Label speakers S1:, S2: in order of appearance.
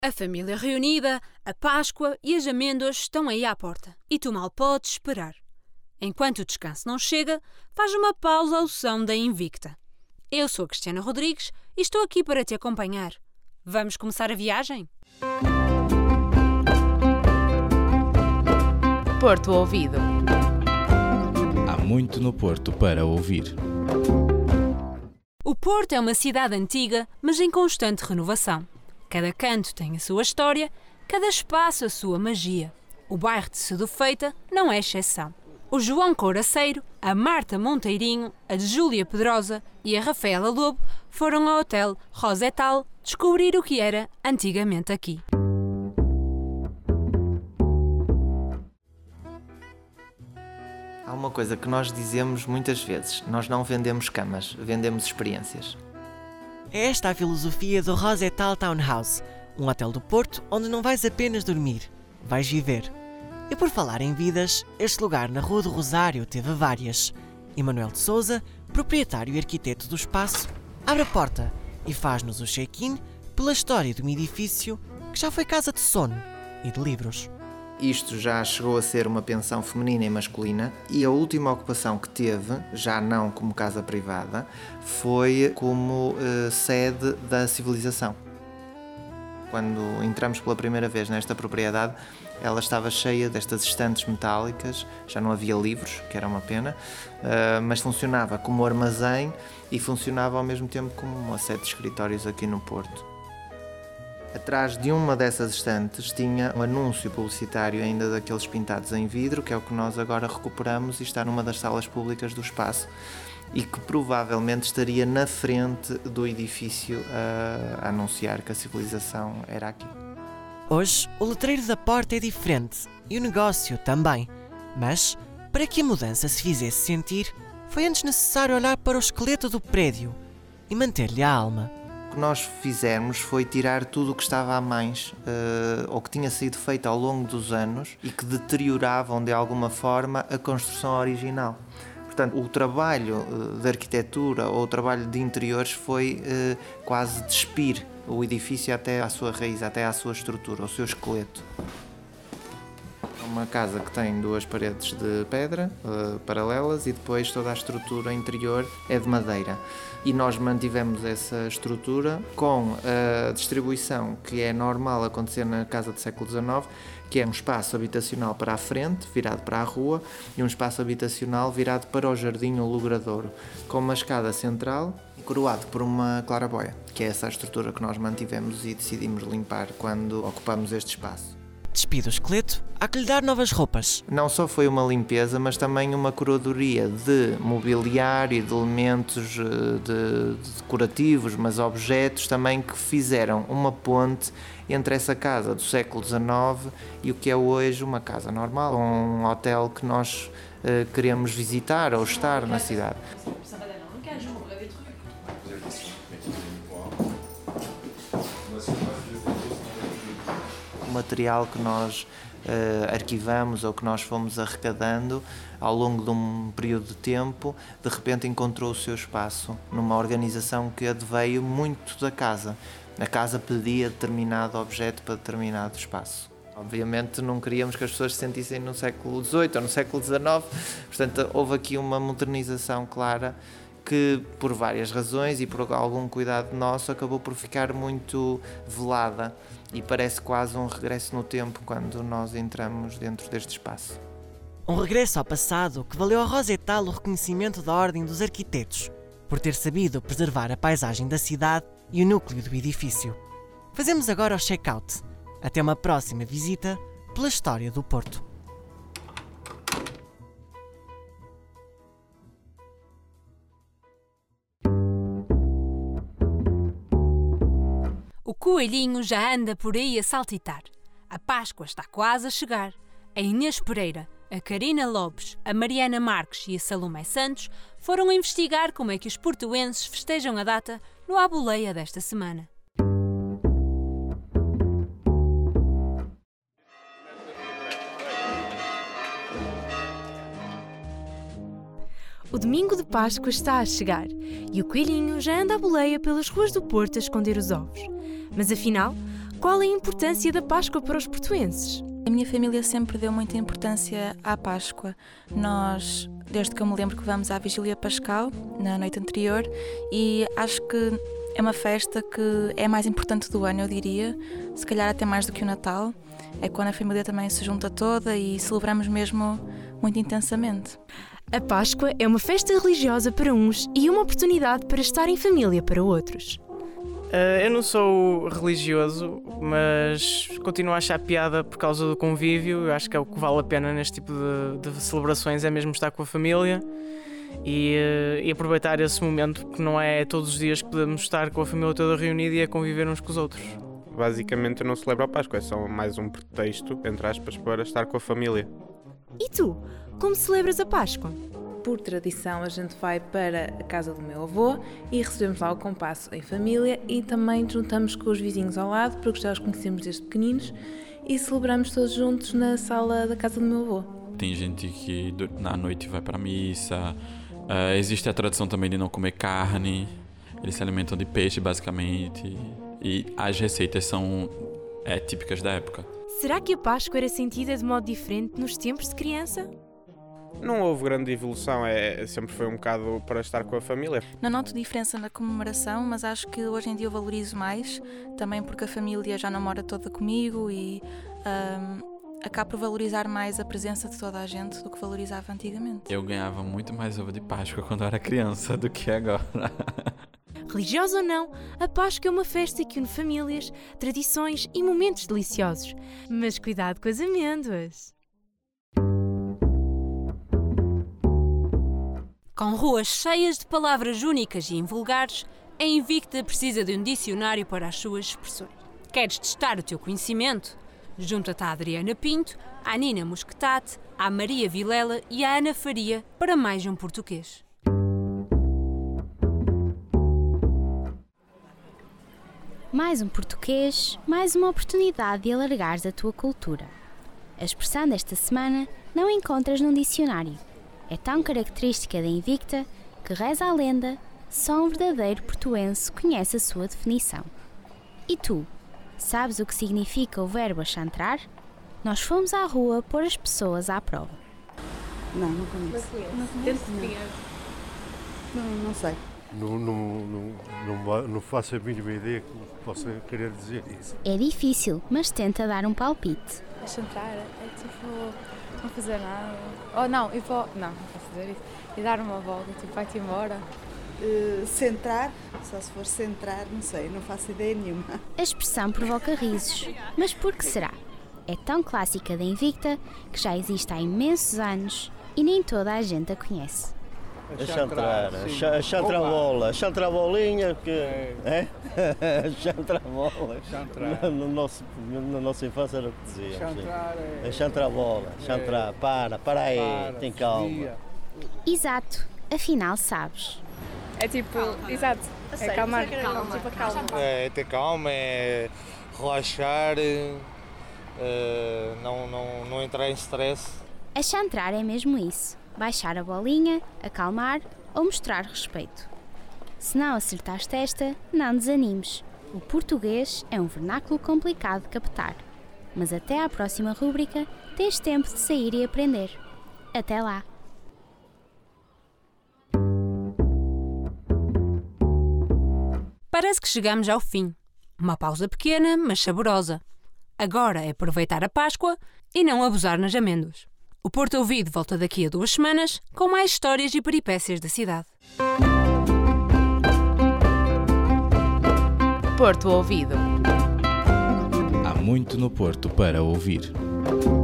S1: A família reunida, a Páscoa e as amêndoas estão aí à porta. E tu mal podes esperar. Enquanto o descanso não chega, faz uma pausa ao som da Invicta. Eu sou a Cristiana Rodrigues e estou aqui para te acompanhar. Vamos começar a viagem?
S2: Porto Ouvido.
S3: Há muito no Porto para ouvir.
S1: O Porto é uma cidade antiga, mas em constante renovação. Cada canto tem a sua história, cada espaço a sua magia. O bairro de Sedufeita não é exceção. O João Couraceiro, a Marta Monteirinho, a Júlia Pedrosa e a Rafaela Lobo foram ao hotel Rosetal descobrir o que era antigamente aqui.
S4: Há uma coisa que nós dizemos muitas vezes: nós não vendemos camas, vendemos experiências.
S5: É esta a filosofia do Rosetal Townhouse, um hotel do Porto onde não vais apenas dormir, vais viver. E por falar em vidas, este lugar na Rua do Rosário teve várias. Emanuel de Sousa, proprietário e arquiteto do espaço, abre a porta e faz-nos o check-in pela história de um edifício que já foi casa de sono e de livros.
S4: Isto já chegou a ser uma pensão feminina e masculina, e a última ocupação que teve, já não como casa privada, foi como sede da civilização. Quando entramos pela primeira vez nesta propriedade, ela estava cheia destas estantes metálicas, já não havia livros, que era uma pena, mas funcionava como armazém e funcionava ao mesmo tempo como uma sede de escritórios aqui no Porto. Atrás de uma dessas estantes tinha um anúncio publicitário ainda daqueles pintados em vidro, que é o que nós agora recuperamos e está numa das salas públicas do espaço, e que provavelmente estaria na frente do edifício a anunciar que a civilização era aqui.
S5: Hoje, o letreiro da porta é diferente e o negócio também, mas para que a mudança se fizesse sentir, foi antes necessário olhar para o esqueleto do prédio e manter-lhe a alma.
S4: O que nós fizemos foi tirar tudo o que estava a mais, ou que tinha sido feito ao longo dos anos e que deterioravam de alguma forma a construção original. Portanto, o trabalho de arquitetura ou o trabalho de interiores foi quase despir o edifício até à sua raiz, até à sua estrutura, ao seu esqueleto. Uma casa que tem duas paredes de pedra paralelas e depois toda a estrutura interior é de madeira. E nós mantivemos essa estrutura com a distribuição que é normal acontecer na casa do século XIX, que é um espaço habitacional para a frente, virado para a rua, e um espaço habitacional virado para o jardim ou logradouro, com uma escada central e coroado por uma claraboia, que é essa a estrutura que nós mantivemos e decidimos limpar quando ocupamos este espaço.
S5: Despido o esqueleto, há que lhe dar novas roupas.
S4: Não só foi uma limpeza, mas também uma curadoria de mobiliário e de elementos decorativos, mas objetos também que fizeram uma ponte entre essa casa do século XIX e o que é hoje uma casa normal, um hotel que nós queremos visitar ou estar na cidade. O material que nós arquivamos ou que nós fomos arrecadando ao longo de um período de tempo, de repente encontrou o seu espaço numa organização que adveio muito da casa. A casa pedia determinado objeto para determinado espaço. Obviamente não queríamos que as pessoas se sentissem no século XVIII ou no século XIX, portanto houve aqui uma modernização clara que, por várias razões e por algum cuidado nosso, acabou por ficar muito velada e parece quase um regresso no tempo quando nós entramos dentro deste espaço.
S5: Um regresso ao passado que valeu ao Rosetal o reconhecimento da Ordem dos Arquitetos, por ter sabido preservar a paisagem da cidade e o núcleo do edifício. Fazemos agora o check-out. Até uma próxima visita pela história do Porto.
S1: O coelhinho já anda por aí a saltitar. A Páscoa está quase a chegar. A Inês Pereira, a Karina Lopes, a Mariana Marques e a Salomé Santos foram investigar como é que os portuenses festejam a data no À Boleia desta semana. O domingo de Páscoa está a chegar e o coelhinho já anda à boleia pelas ruas do Porto a esconder os ovos. Mas afinal,
S2: Qual é a importância da Páscoa para os portuenses?
S6: A minha família sempre deu muita importância à Páscoa. Nós, desde que eu me lembro, que vamos à Vigília Pascal, na noite anterior, e acho que é uma festa que é a mais importante do ano, eu diria, se calhar até mais do que o Natal. É quando a família também se junta toda e celebramos mesmo muito intensamente.
S2: A Páscoa é uma festa religiosa para uns e uma oportunidade para estar em família para outros.
S7: Eu não sou religioso, mas continuo a achar piada por causa do convívio. Eu acho que é o que vale a pena neste tipo de celebrações, é mesmo estar com a família e aproveitar esse momento, porque não é todos os dias que podemos estar com a família toda reunida e a conviver uns com os outros.
S8: Basicamente eu não celebro a Páscoa, é só mais um pretexto, entre aspas, para estar com a família.
S2: E tu, como celebras a Páscoa?
S9: Por tradição, a gente vai para a casa do meu avô e recebemos lá o compasso em família e também juntamos com os vizinhos ao lado, porque já os conhecemos desde pequeninos, e celebramos todos juntos na sala da casa do meu avô.
S10: Tem gente que na noite vai para a missa, existe a tradição também de não comer carne, eles se alimentam de peixe basicamente, e as receitas são típicas da época.
S2: Será que a Páscoa era sentida de modo diferente nos tempos de criança?
S8: Não houve grande evolução, sempre foi um bocado para estar com a família.
S6: Não noto diferença na comemoração, mas acho que hoje em dia eu valorizo mais, também porque a família já não mora toda comigo e acabo por valorizar mais a presença de toda a gente do que valorizava antigamente.
S10: Eu ganhava muito mais ovo de Páscoa quando eu era criança do que agora.
S2: Religiosa ou não, a Páscoa é uma festa que une famílias, tradições e momentos deliciosos. Mas cuidado com as amêndoas!
S1: Com ruas cheias de palavras únicas e invulgares, a Invicta precisa de um dicionário para as suas expressões. Queres testar o teu conhecimento? Junta-te à Adriana Pinto, à Nina Mosquetate, à Maria Vilela e à Ana Faria para mais um português.
S11: Mais um português, mais uma oportunidade de alargares a tua cultura. A expressão desta semana não encontras num dicionário. É tão característica da Invicta que, reza a lenda, só um verdadeiro portuense conhece a sua definição. E tu, sabes o que significa o verbo achantrar? Nós fomos à rua pôr as pessoas à prova.
S12: Não conheço. Não sei.
S13: Não faço a mínima ideia que possa querer dizer isso.
S11: É difícil, mas tenta dar um palpite.
S14: Achantrar é tipo não fazer nada. Oh não, eu vou. Não posso dizer isso. E dar uma volta, tipo, vai-te embora.
S12: Centrar, só se for centrar, não sei, não faço ideia nenhuma.
S11: A expressão provoca risos, mas por que será? É tão clássica da Invicta que já existe há imensos anos e nem toda a gente a conhece.
S15: Chantrabola, chantrabolinha, que é? Chantrabola. Na nossa infância era o que dizíamos. Chantrabola, chantrar, para aí, tem calma.
S11: Exato, afinal sabes.
S14: É tipo, exato, é calmar, tipo calma.
S16: É ter calma, é relaxar, não entrar em stress.
S11: Achantrar é mesmo isso. Baixar a bolinha, acalmar ou mostrar respeito. Se não acertaste esta, não desanimes. O português é um vernáculo complicado de captar. Mas até à próxima rúbrica, tens tempo de sair e aprender. Até lá!
S1: Parece que chegamos ao fim. Uma pausa pequena, mas saborosa. Agora é aproveitar a Páscoa e não abusar nas amêndoas. O Porto Ouvido volta daqui a 2 semanas com mais histórias e peripécias da cidade.
S17: Porto Ouvido.
S3: Há muito no Porto para ouvir.